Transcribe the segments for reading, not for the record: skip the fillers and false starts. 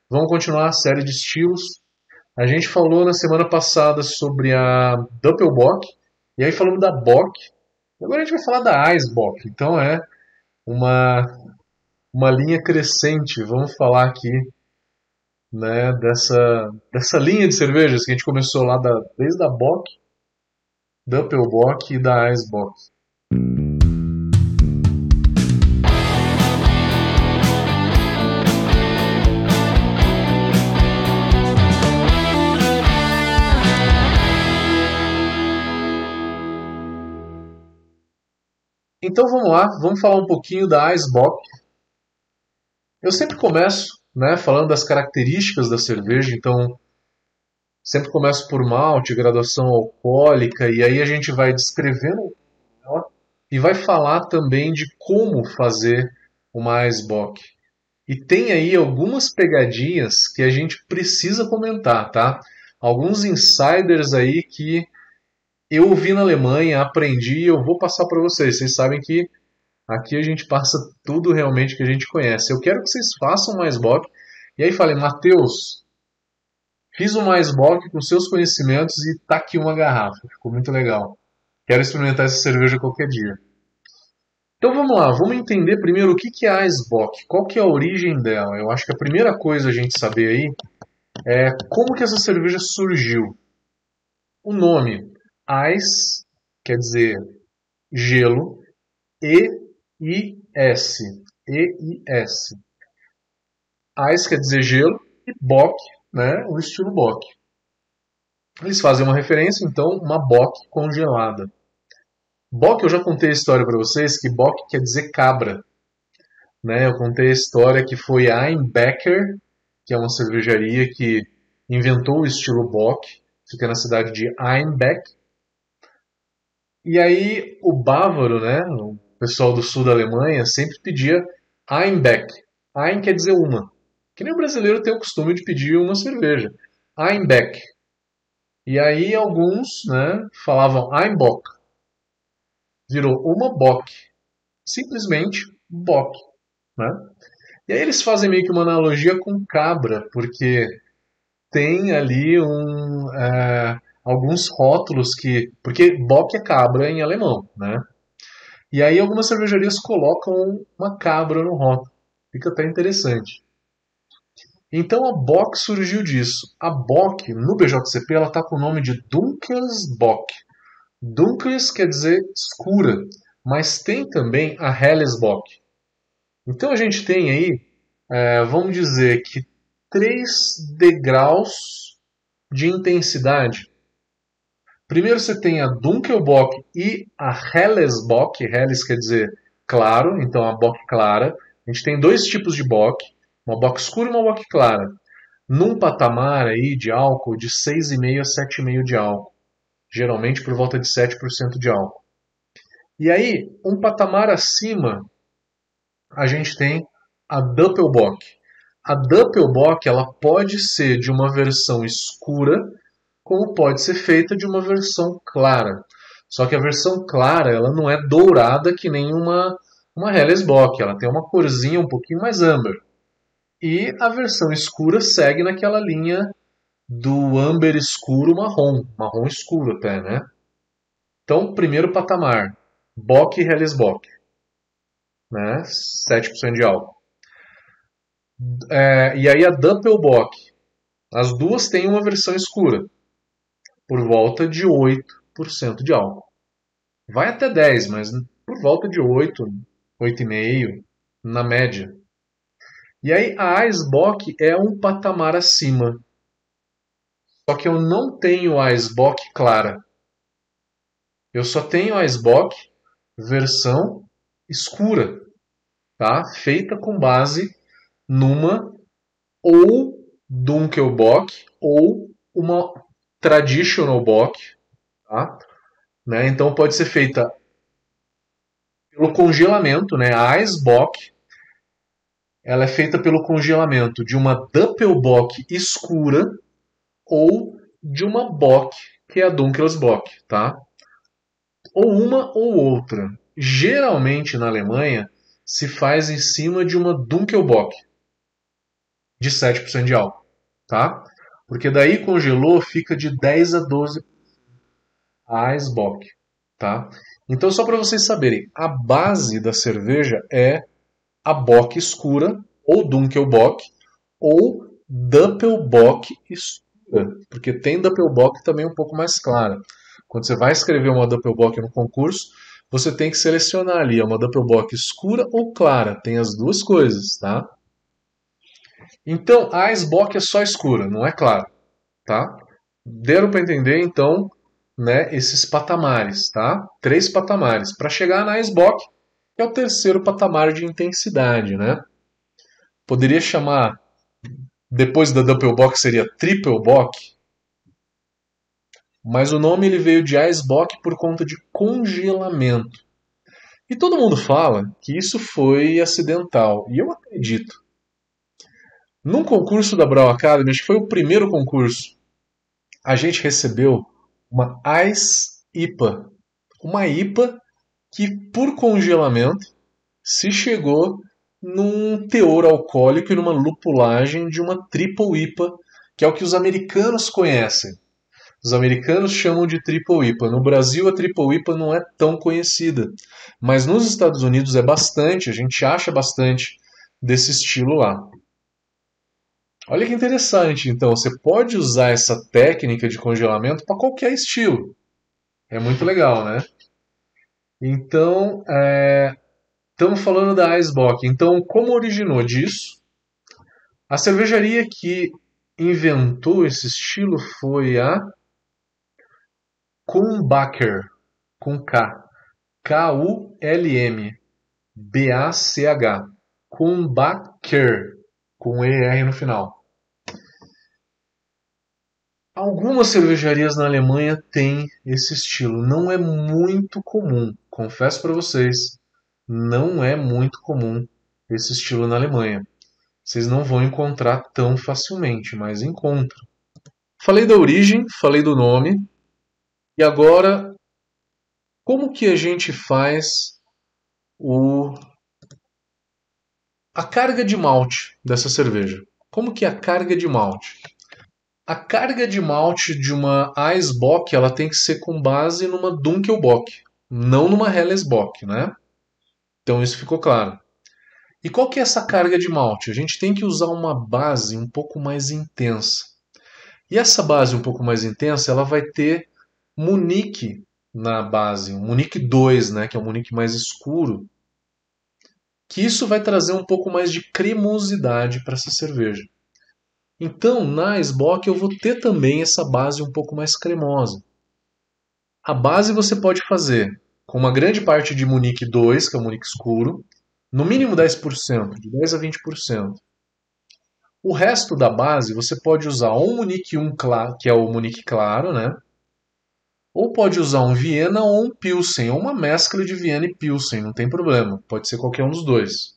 Vamos continuar a série de estilos. A gente falou na semana passada sobre a Doppelbock, e aí falamos da Bock, e agora a gente vai falar da Eisbock. Então é uma, uma linha crescente, vamos falar aqui, né, dessa linha de cervejas que a gente começou lá desde a Bock, Doppelbock e da Eisbock. Então vamos lá, vamos falar um pouquinho da Eisbock. Eu sempre começo, né, falando das características da cerveja, então sempre começo por malte, graduação alcoólica, e aí a gente vai descrevendo ela e vai falar também de como fazer uma Eisbock. E tem aí algumas pegadinhas que a gente precisa comentar, tá? Alguns insiders aí que eu ouvi na Alemanha, aprendi e eu vou passar para vocês. Vocês sabem que aqui a gente passa tudo realmente que a gente conhece. Eu quero que vocês façam mais bock. E aí falei, Matheus, fiz um mais bock com seus conhecimentos e tá aqui uma garrafa. Ficou muito legal. Quero experimentar essa cerveja qualquer dia. Então vamos lá, vamos entender primeiro o que é a Eisbock, qual que é a origem dela. Eu acho que a primeira coisa a gente saber aí é como que essa cerveja surgiu. O nome, Eis, quer dizer gelo, E-I-S. E-I-S. Ice quer dizer gelo e Bock, né, o estilo Bock. Eles fazem uma referência, então, uma Bock congelada. Bock, eu já contei a história para vocês que Bock quer dizer cabra. Né? Eu contei a história que foi a Einbecker, que é uma cervejaria que inventou o estilo Bock, fica na cidade de Einbeck. E aí o bávaro, né, o pessoal do sul da Alemanha, sempre pedia Einbeck. Ein quer dizer uma. Que nem o brasileiro tem o costume de pedir uma cerveja. Einbeck. E aí alguns, né, falavam Einbock. Virou uma Bock. Simplesmente Bock. Né? E aí eles fazem meio que uma analogia com cabra, porque tem ali alguns rótulos que... Porque Bock é cabra em alemão, né? E aí algumas cervejarias colocam uma cabra no rótulo. Fica até interessante. Então a Bock surgiu disso. A Bock, no BJCP, ela está com o nome de Dunkelsbock. Dunkels quer dizer escura, mas tem também a Hellesbock. Então a gente tem aí, vamos dizer que 3 degraus de intensidade. Primeiro você tem a Dunkelbock e a Hellesbock. Helles quer dizer claro, então a Bock clara. A gente tem 2 tipos de Bock, uma Bock escura e uma Bock clara. Num patamar aí de álcool de 6,5 a 7,5 de álcool. Geralmente por volta de 7% de álcool. E aí, um patamar acima, a gente tem a Doppelbock. A Doppelbock ela pode ser de uma versão escura, como pode ser feita de uma versão clara. Só que a versão clara ela não é dourada que nem uma Hellesbock, ela tem uma corzinha um pouquinho mais amber. E a versão escura segue naquela linha do amber escuro marrom, marrom escuro até, né? Então, primeiro patamar, Bock e Hellesbock, né? 7% de álcool. E aí a Doppelbock, as duas têm uma versão escura, por volta de 8% de álcool. Vai até 10, mas por volta de 8, 8,5 na média. E aí a Eisbock é um patamar acima. Só que eu não tenho a Eisbock clara. Eu só tenho a Eisbock versão escura, tá? Feita com base numa ou Dunkelbock ou uma Traditional Bock, tá? Né? Então pode ser feita pelo congelamento, né? A Eisbock ela é feita pelo congelamento de uma Doppelbock escura ou de uma Bock, que é a Dunkelsbock, tá? Ou uma ou outra. Geralmente na Alemanha se faz em cima de uma Dunkelbock. de 7% de álcool, tá? Porque daí congelou, fica de 10 a 12 a Eisbock, tá? Então só para vocês saberem, a base da cerveja é a Bock escura, ou Dunkelbock, ou Doppelbock escura, porque tem Doppelbock também um pouco mais clara. Quando você vai escrever uma Doppelbock no concurso, você tem que selecionar ali, é uma Doppelbock escura ou clara, tem as duas coisas, tá? Então, a Eisbock é só escura, não é clara, tá? Deram para entender, então, né, esses patamares, tá? 3 patamares. Para chegar na Eisbock, que é o terceiro patamar de intensidade, né? Poderia chamar, depois da Doppelbock seria Triplebock, mas o nome ele veio de Eisbock por conta de congelamento. E todo mundo fala que isso foi acidental, e eu acredito. Num concurso da Brau Academy, acho que foi o primeiro concurso, a gente recebeu uma Ice IPA. Uma IPA que, por congelamento, se chegou num teor alcoólico e numa lupulagem de uma Triple IPA, que é o que os americanos conhecem. Os americanos chamam de Triple IPA. No Brasil, a Triple IPA não é tão conhecida, mas nos Estados Unidos é bastante, a gente acha bastante desse estilo lá. Olha que interessante, então, você pode usar essa técnica de congelamento para qualquer estilo. É muito legal, né? Então, estamos falando da Eisbock. Então, como originou disso? A cervejaria que inventou esse estilo foi a Kulmbacher, com K. Kulm. Bach. Kulmbacher, com ER no final. Algumas cervejarias na Alemanha têm esse estilo. Não é muito comum, confesso para vocês. Não é muito comum esse estilo na Alemanha. Vocês não vão encontrar tão facilmente, mas encontram. Falei da origem, falei do nome, e agora como que a gente faz o a carga de malte dessa cerveja? Como que é a carga de malte? A carga de malte de uma Eisbock ela tem que ser com base numa Dunkelbock, não numa Hellesbock, né? Então isso ficou claro. E qual que é essa carga de malte? A gente tem que usar uma base um pouco mais intensa. E essa base um pouco mais intensa, ela vai ter Munique na base, um Munique 2, né, que é um Munique mais escuro, que isso vai trazer um pouco mais de cremosidade para essa cerveja. Então, na Sbock eu vou ter também essa base um pouco mais cremosa. A base você pode fazer com uma grande parte de Munique 2, que é o Munique escuro, no mínimo 10%, de 10 a 20%. O resto da base você pode usar um Munique 1, que é o Munique claro, né? Ou pode usar um Viena ou um Pilsen, ou uma mescla de Viena e Pilsen, não tem problema. Pode ser qualquer um dos dois.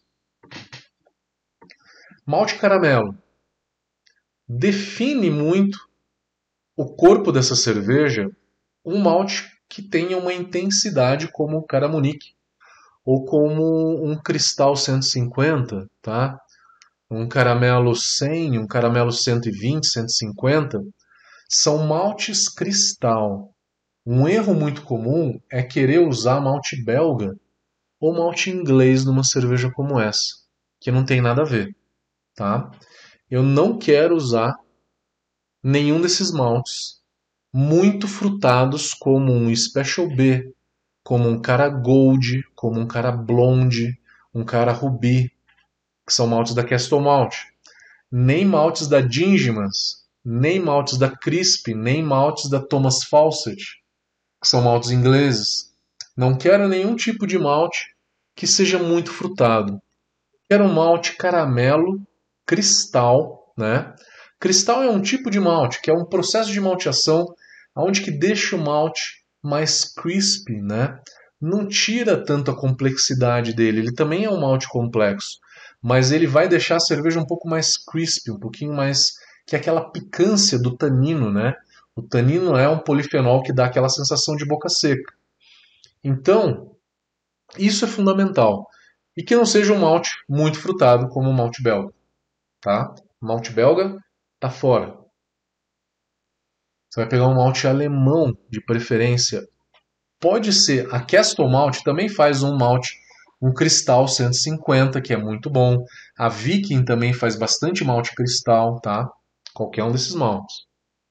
Malte caramelo. Define muito o corpo dessa cerveja um malte que tenha uma intensidade como o Caramunique ou como um Cristal 150, tá? Um caramelo 100, um caramelo 120, 150, são maltes cristal. Um erro muito comum é querer usar malte belga ou malte inglês numa cerveja como essa, que não tem nada a ver, tá? Eu não quero usar nenhum desses maltes muito frutados como um Special B, como um cara Gold, como um cara Blonde, um cara Ruby, que são maltes da Castle Malt. Nem maltes da Dingemans, nem maltes da Crisp, nem maltes da Thomas Fawcett, que são maltes ingleses. Não quero nenhum tipo de malte que seja muito frutado. Quero um malte caramelo, cristal, né? Cristal é um tipo de malte, que é um processo de malteação onde que deixa o malte mais crispy, né? Não tira tanto a complexidade dele, ele também é um malte complexo, mas ele vai deixar a cerveja um pouco mais crispy, um pouquinho mais que é aquela picância do tanino, né? O tanino é um polifenol que dá aquela sensação de boca seca. Então, isso é fundamental. E que não seja um malte muito frutado como o malte belga, tá? Malte belga, tá fora. Você vai pegar um malte alemão, de preferência. Pode ser, a Castle Malt também faz um malte, um cristal 150, que é muito bom. A Viking também faz bastante malte cristal, tá? Qualquer um desses maltes.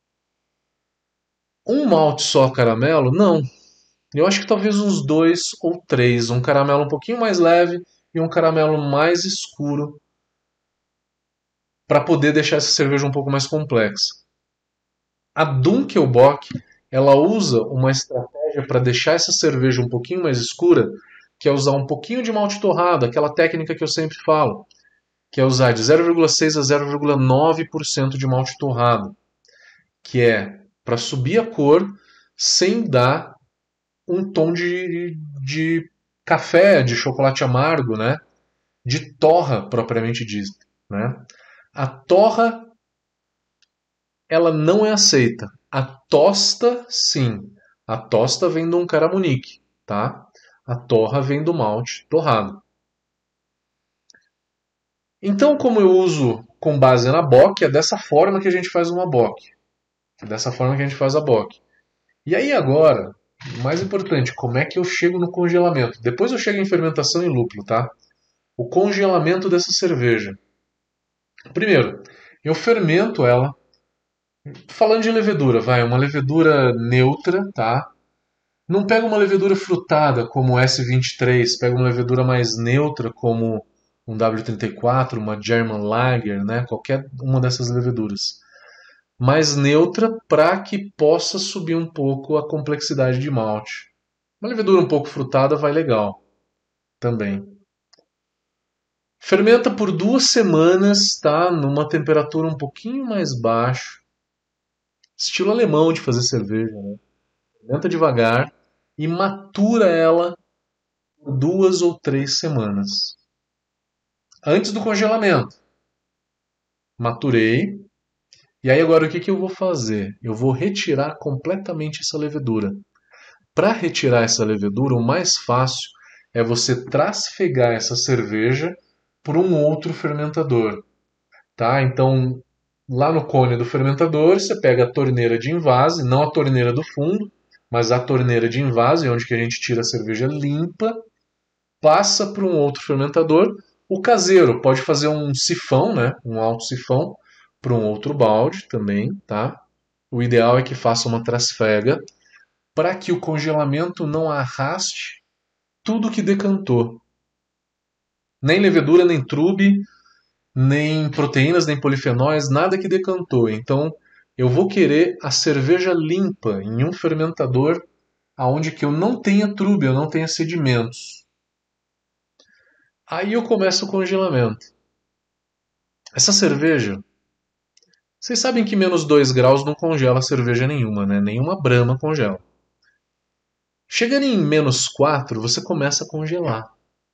Um malte só caramelo? Não. Eu acho que talvez uns dois ou três. Um caramelo um pouquinho mais leve e um caramelo mais escuro para poder deixar essa cerveja um pouco mais complexa. A Dunkelbock, ela usa uma estratégia para deixar essa cerveja um pouquinho mais escura, que é usar um pouquinho de malte torrado, aquela técnica que eu sempre falo, que é usar de 0,6 a 0,9% de malte torrado, que é para subir a cor sem dar um tom de café, de chocolate amargo, né? De torra propriamente dita, né? A torra ela não é aceita. A tosta, sim. A tosta vem de um caramunique, tá? A torra vem do malte torrado. Então, como eu uso com base na bock, é dessa forma que a gente faz uma bock. É dessa forma que a gente faz a bock. E aí agora, o mais importante, como é que eu chego no congelamento? Depois eu chego em fermentação e lúpulo, tá? O congelamento dessa cerveja. Primeiro, eu fermento ela. Falando de levedura, vai, uma levedura neutra, tá? Não pega uma levedura frutada como o S23, pega uma levedura mais neutra como um W34, uma German Lager, né? Qualquer uma dessas leveduras. Mais neutra para que possa subir um pouco a complexidade de malte. Uma levedura um pouco frutada vai legal também. Fermenta por 2 semanas, tá? Numa temperatura um pouquinho mais baixa. Estilo alemão de fazer cerveja, né? Fermenta devagar e matura ela por 2 ou 3 semanas. Antes do congelamento, maturei. E aí agora o que eu vou fazer? Eu vou retirar completamente essa levedura. Para retirar essa levedura, o mais fácil é você trasfegar essa cerveja por um outro fermentador, tá? Então, lá no cone do fermentador, você pega a torneira de invase, não a torneira do fundo, mas a torneira de invase, onde que a gente tira a cerveja limpa, passa para um outro fermentador. O caseiro pode fazer um sifão, né? Um alto sifão para um outro balde também, tá? O ideal é que faça uma trasfega para que o congelamento não arraste tudo que decantou. Nem levedura, nem trube, nem proteínas, nem polifenóis, nada que decantou. Então, eu vou querer a cerveja limpa em um fermentador aonde que eu não tenha trube, eu não tenha sedimentos. Aí eu começo o congelamento. Essa cerveja, vocês sabem que menos 2 graus não congela cerveja nenhuma, né? Nenhuma Brahma congela. Chegando em menos 4, você começa a congelar.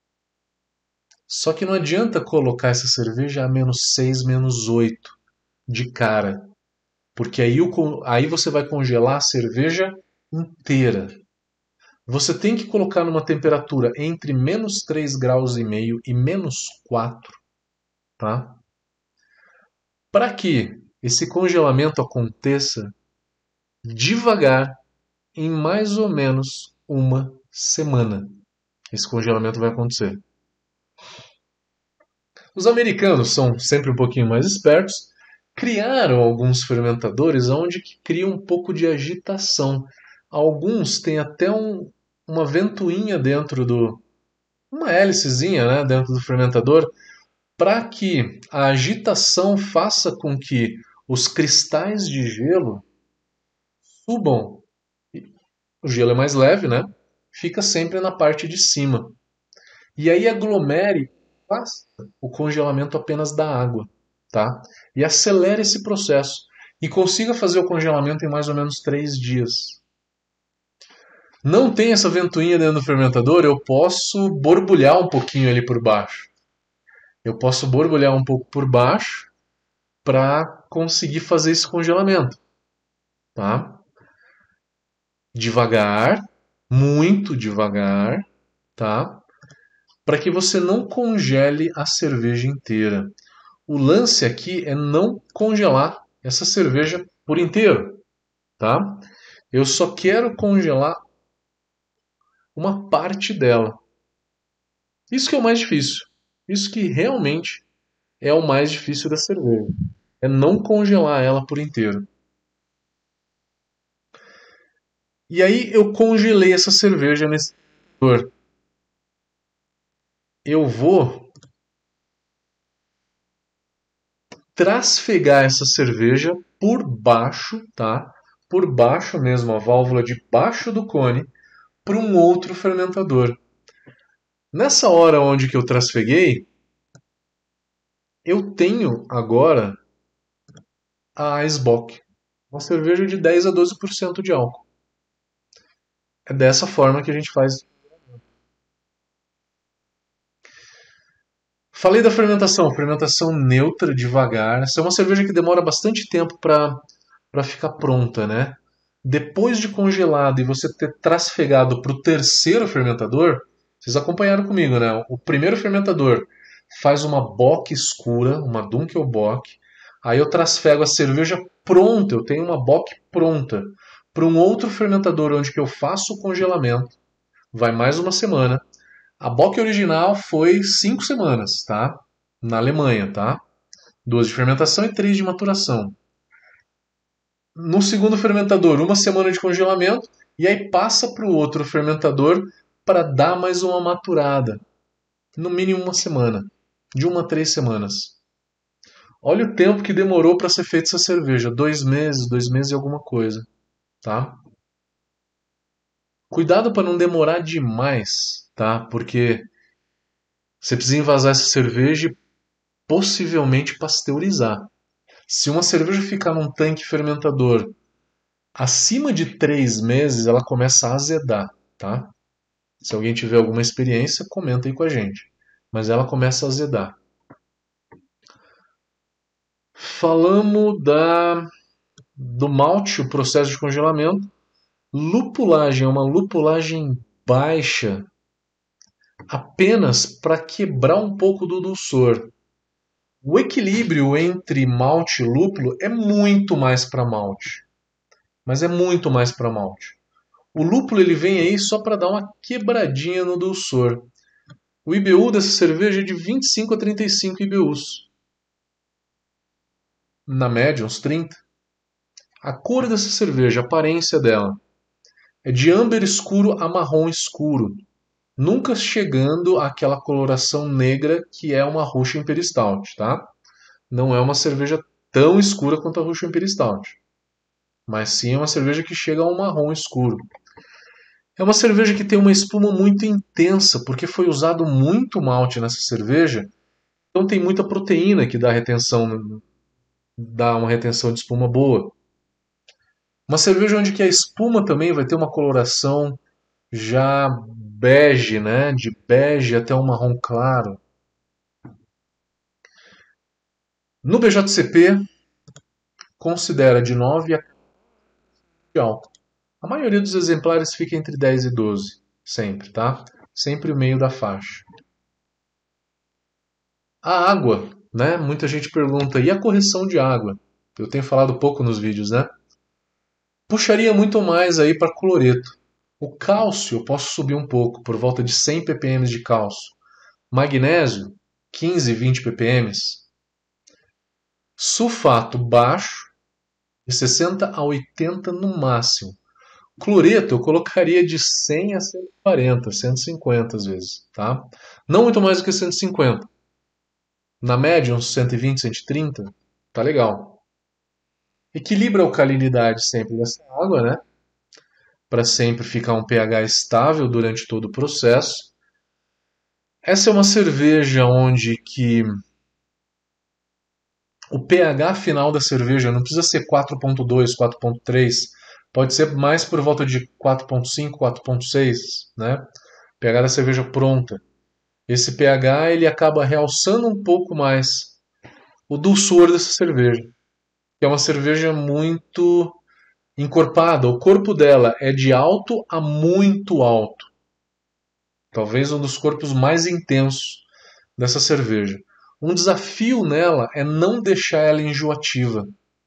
Só que não adianta colocar essa cerveja a menos 6, menos 8 de cara. Porque aí você vai congelar a cerveja inteira. Você tem que colocar numa temperatura entre menos 3 graus e meio e menos 4, tá? Para que esse congelamento aconteça devagar, em mais ou menos 1 semana. Esse congelamento vai acontecer. Os americanos são sempre um pouquinho mais espertos, criaram alguns fermentadores onde criam um pouco de agitação. Alguns têm até uma ventoinha dentro uma hélicezinha, né, dentro do fermentador, para que a agitação faça com que os cristais de gelo subam. O gelo é mais leve, né? Fica sempre na parte de cima. E aí aglomere, faça o congelamento apenas da água, tá? E acelere esse processo. E consiga fazer o congelamento em mais ou menos 3 dias. Não tem essa ventoinha dentro do fermentador, eu posso borbulhar um pouquinho ali por baixo. Eu posso borbulhar um pouco por baixo para conseguir fazer esse congelamento, tá? Devagar, muito devagar, tá? Para que você não congele a cerveja inteira. O lance aqui é não congelar essa cerveja por inteiro, tá? Eu só quero congelar uma parte dela. Isso que é o mais difícil. Isso que realmente é o mais difícil da cerveja. É não congelar ela por inteiro. E aí eu congelei essa cerveja nesse congelador. Eu vou trasfegar essa cerveja por baixo, tá? Por baixo mesmo, a válvula de baixo do cone, para um outro fermentador. Nessa hora onde que eu trasfeguei, eu tenho agora a Eisbock, uma cerveja de 10 a 12% de álcool. É dessa forma que a gente faz. Falei da fermentação, fermentação neutra, devagar. Essa é uma cerveja que demora bastante tempo para ficar pronta, né? Depois de congelado e você ter trasfegado para o terceiro fermentador, vocês acompanharam comigo, né? O primeiro fermentador faz uma bock escura, uma Dunkelbock. Aí eu trasfego a cerveja pronta, eu tenho uma bock pronta para um outro fermentador onde que eu faço o congelamento. Vai mais uma semana. A bock original foi 5 semanas, tá? Na Alemanha, tá? 2 de fermentação e 3 de maturação. No segundo fermentador, uma semana de congelamento e aí passa para o outro fermentador para dar mais uma maturada. No mínimo uma semana. De 1 a 3 semanas. Olha o tempo que demorou para ser feita essa cerveja. 2 meses e alguma coisa. Tá? Cuidado para não demorar demais, tá? Porque você precisa envasar essa cerveja e possivelmente pasteurizar. Se uma cerveja ficar num tanque fermentador acima de 3 meses, ela começa a azedar, tá? Se alguém tiver alguma experiência, comenta aí com a gente. Mas ela começa a azedar. Falamos do malte, o processo de congelamento. Lupulagem é uma lupulagem baixa, apenas para quebrar um pouco do dulçor. O equilíbrio entre malte e lúpulo é muito mais para malte. Mas é muito mais para malte. O lúpulo ele vem aí só para dar uma quebradinha no dulçor. O IBU dessa cerveja é de 25 a 35 IBUs. Na média, uns 30. A cor dessa cerveja, a aparência dela, é de âmbar escuro a marrom escuro. Nunca chegando àquela coloração negra que é uma Russian Imperial Stout, tá? Não é uma cerveja tão escura quanto a Russian Imperial Stout. Mas sim é uma cerveja que chega a um marrom escuro. É uma cerveja que tem uma espuma muito intensa, porque foi usado muito malte nessa cerveja. Então tem muita proteína que dá uma retenção de espuma boa. Uma cerveja onde que a espuma também vai ter uma coloração já bege, né? De bege até um marrom claro. No BJCP, considera de 9 a 15 de álcool. A maioria dos exemplares fica entre 10 e 12, sempre, tá? Sempre o meio da faixa. A água, né? Muita gente pergunta, e a correção de água? Eu tenho falado pouco nos vídeos, né? Puxaria muito mais aí para cloreto. O cálcio eu posso subir um pouco, por volta de 100 ppm de cálcio. Magnésio, 15, 20 ppm. Sulfato baixo, de 60 a 80 no máximo. Cloreto eu colocaria de 100 a 140, 150 às vezes, tá? Não muito mais do que 150. Na média, uns 120, 130, tá legal. Equilibra a alcalinidade sempre dessa água, né? Para sempre ficar um pH estável durante todo o processo. Essa é uma cerveja onde que o pH final da cerveja não precisa ser 4.2, 4.3, pode ser mais por volta de 4.5, 4.6, né? pH da cerveja pronta. Esse pH ele acaba realçando um pouco mais o dulçor dessa cerveja, que é uma cerveja muito encorpada. O corpo dela é de alto a muito alto. Talvez um dos corpos mais intensos dessa cerveja. Um desafio nela é não deixar ela enjoativa.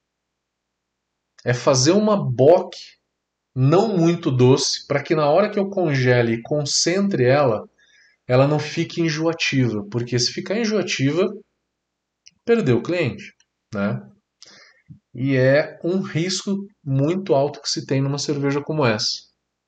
É fazer uma bock não muito doce para que na hora que eu congele e concentre ela, ela não fique enjoativa. Porque se ficar enjoativa, perdeu o cliente, né? E é um risco muito alto que se tem numa cerveja como essa.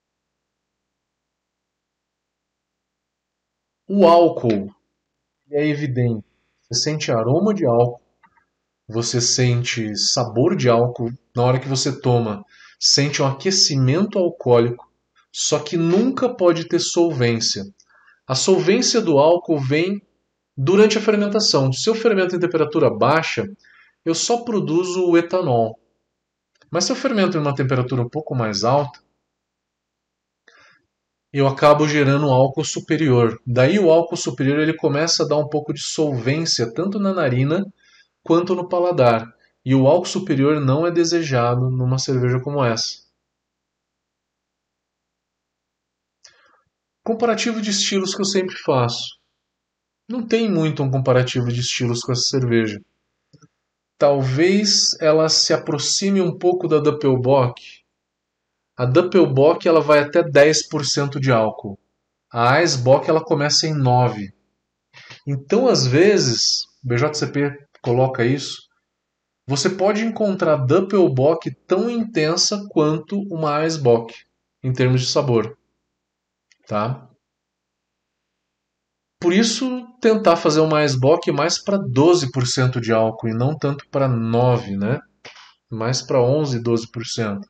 O álcool é evidente. Você sente aroma de álcool, você sente sabor de álcool. Na hora que você toma, sente um aquecimento alcoólico, só que nunca pode ter solvência. A solvência do álcool vem durante a fermentação. Se eu fermento em temperatura baixa, eu só produzo o etanol. Mas se eu fermento em uma temperatura um pouco mais alta, eu acabo gerando um álcool superior. Daí o álcool superior ele começa a dar um pouco de solvência tanto na narina quanto no paladar. E o álcool superior não é desejado numa cerveja como essa. Comparativo de estilos que eu sempre faço. Não tem muito um comparativo de estilos com essa cerveja. Talvez ela se aproxime um pouco da Doppelbock. A Doppelbock ela vai até 10% de álcool. A Eisbock ela começa em 9%. Então, às vezes, o BJCP coloca isso, você pode encontrar Doppelbock tão intensa quanto uma Eisbock, em termos de sabor. Tá? Por isso, tentar fazer uma Eisbock mais para 12% de álcool e não tanto para 9%, né? Mais para 11, 12%.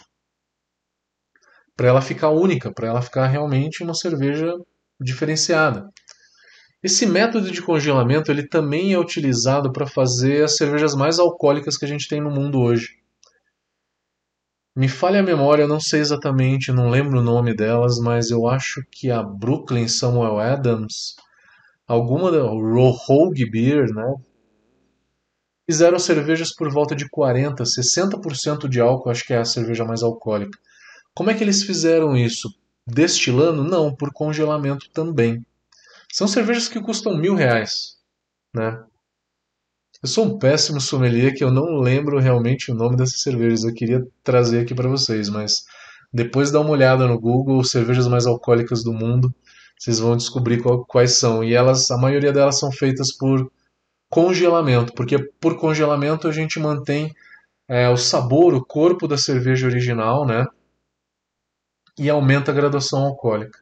Para ela ficar única, para ela ficar realmente uma cerveja diferenciada. Esse método de congelamento ele também é utilizado para fazer as cervejas mais alcoólicas que a gente tem no mundo hoje. Me falha a memória, eu não sei exatamente, não lembro o nome delas, mas eu acho que a Brooklyn Samuel Adams, alguma da Rogue Beer, né? Fizeram cervejas por volta de 40, 60% de álcool, acho que é a cerveja mais alcoólica. Como é que eles fizeram isso? Destilando? Não, por congelamento também. São cervejas que custam R$ 1.000, né? Eu sou um péssimo sommelier que eu não lembro realmente o nome dessas cervejas. Eu queria trazer aqui para vocês, mas depois dá uma olhada no Google, cervejas mais alcoólicas do mundo, vocês vão descobrir quais são. E elas, a maioria delas são feitas por congelamento, porque por congelamento a gente mantém o sabor, o corpo da cerveja original, né? E aumenta a graduação alcoólica.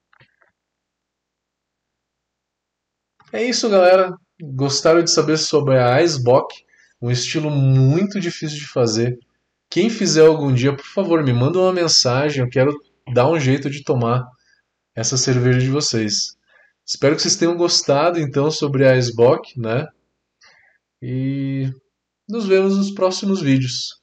É isso, galera. Gostaram de saber sobre a Eisbock, um estilo muito difícil de fazer. Quem fizer algum dia, por favor, me manda uma mensagem. Eu quero dar um jeito de tomar essa cerveja de vocês. Espero que vocês tenham gostado, então, sobre a Eisbock, né? E nos vemos nos próximos vídeos.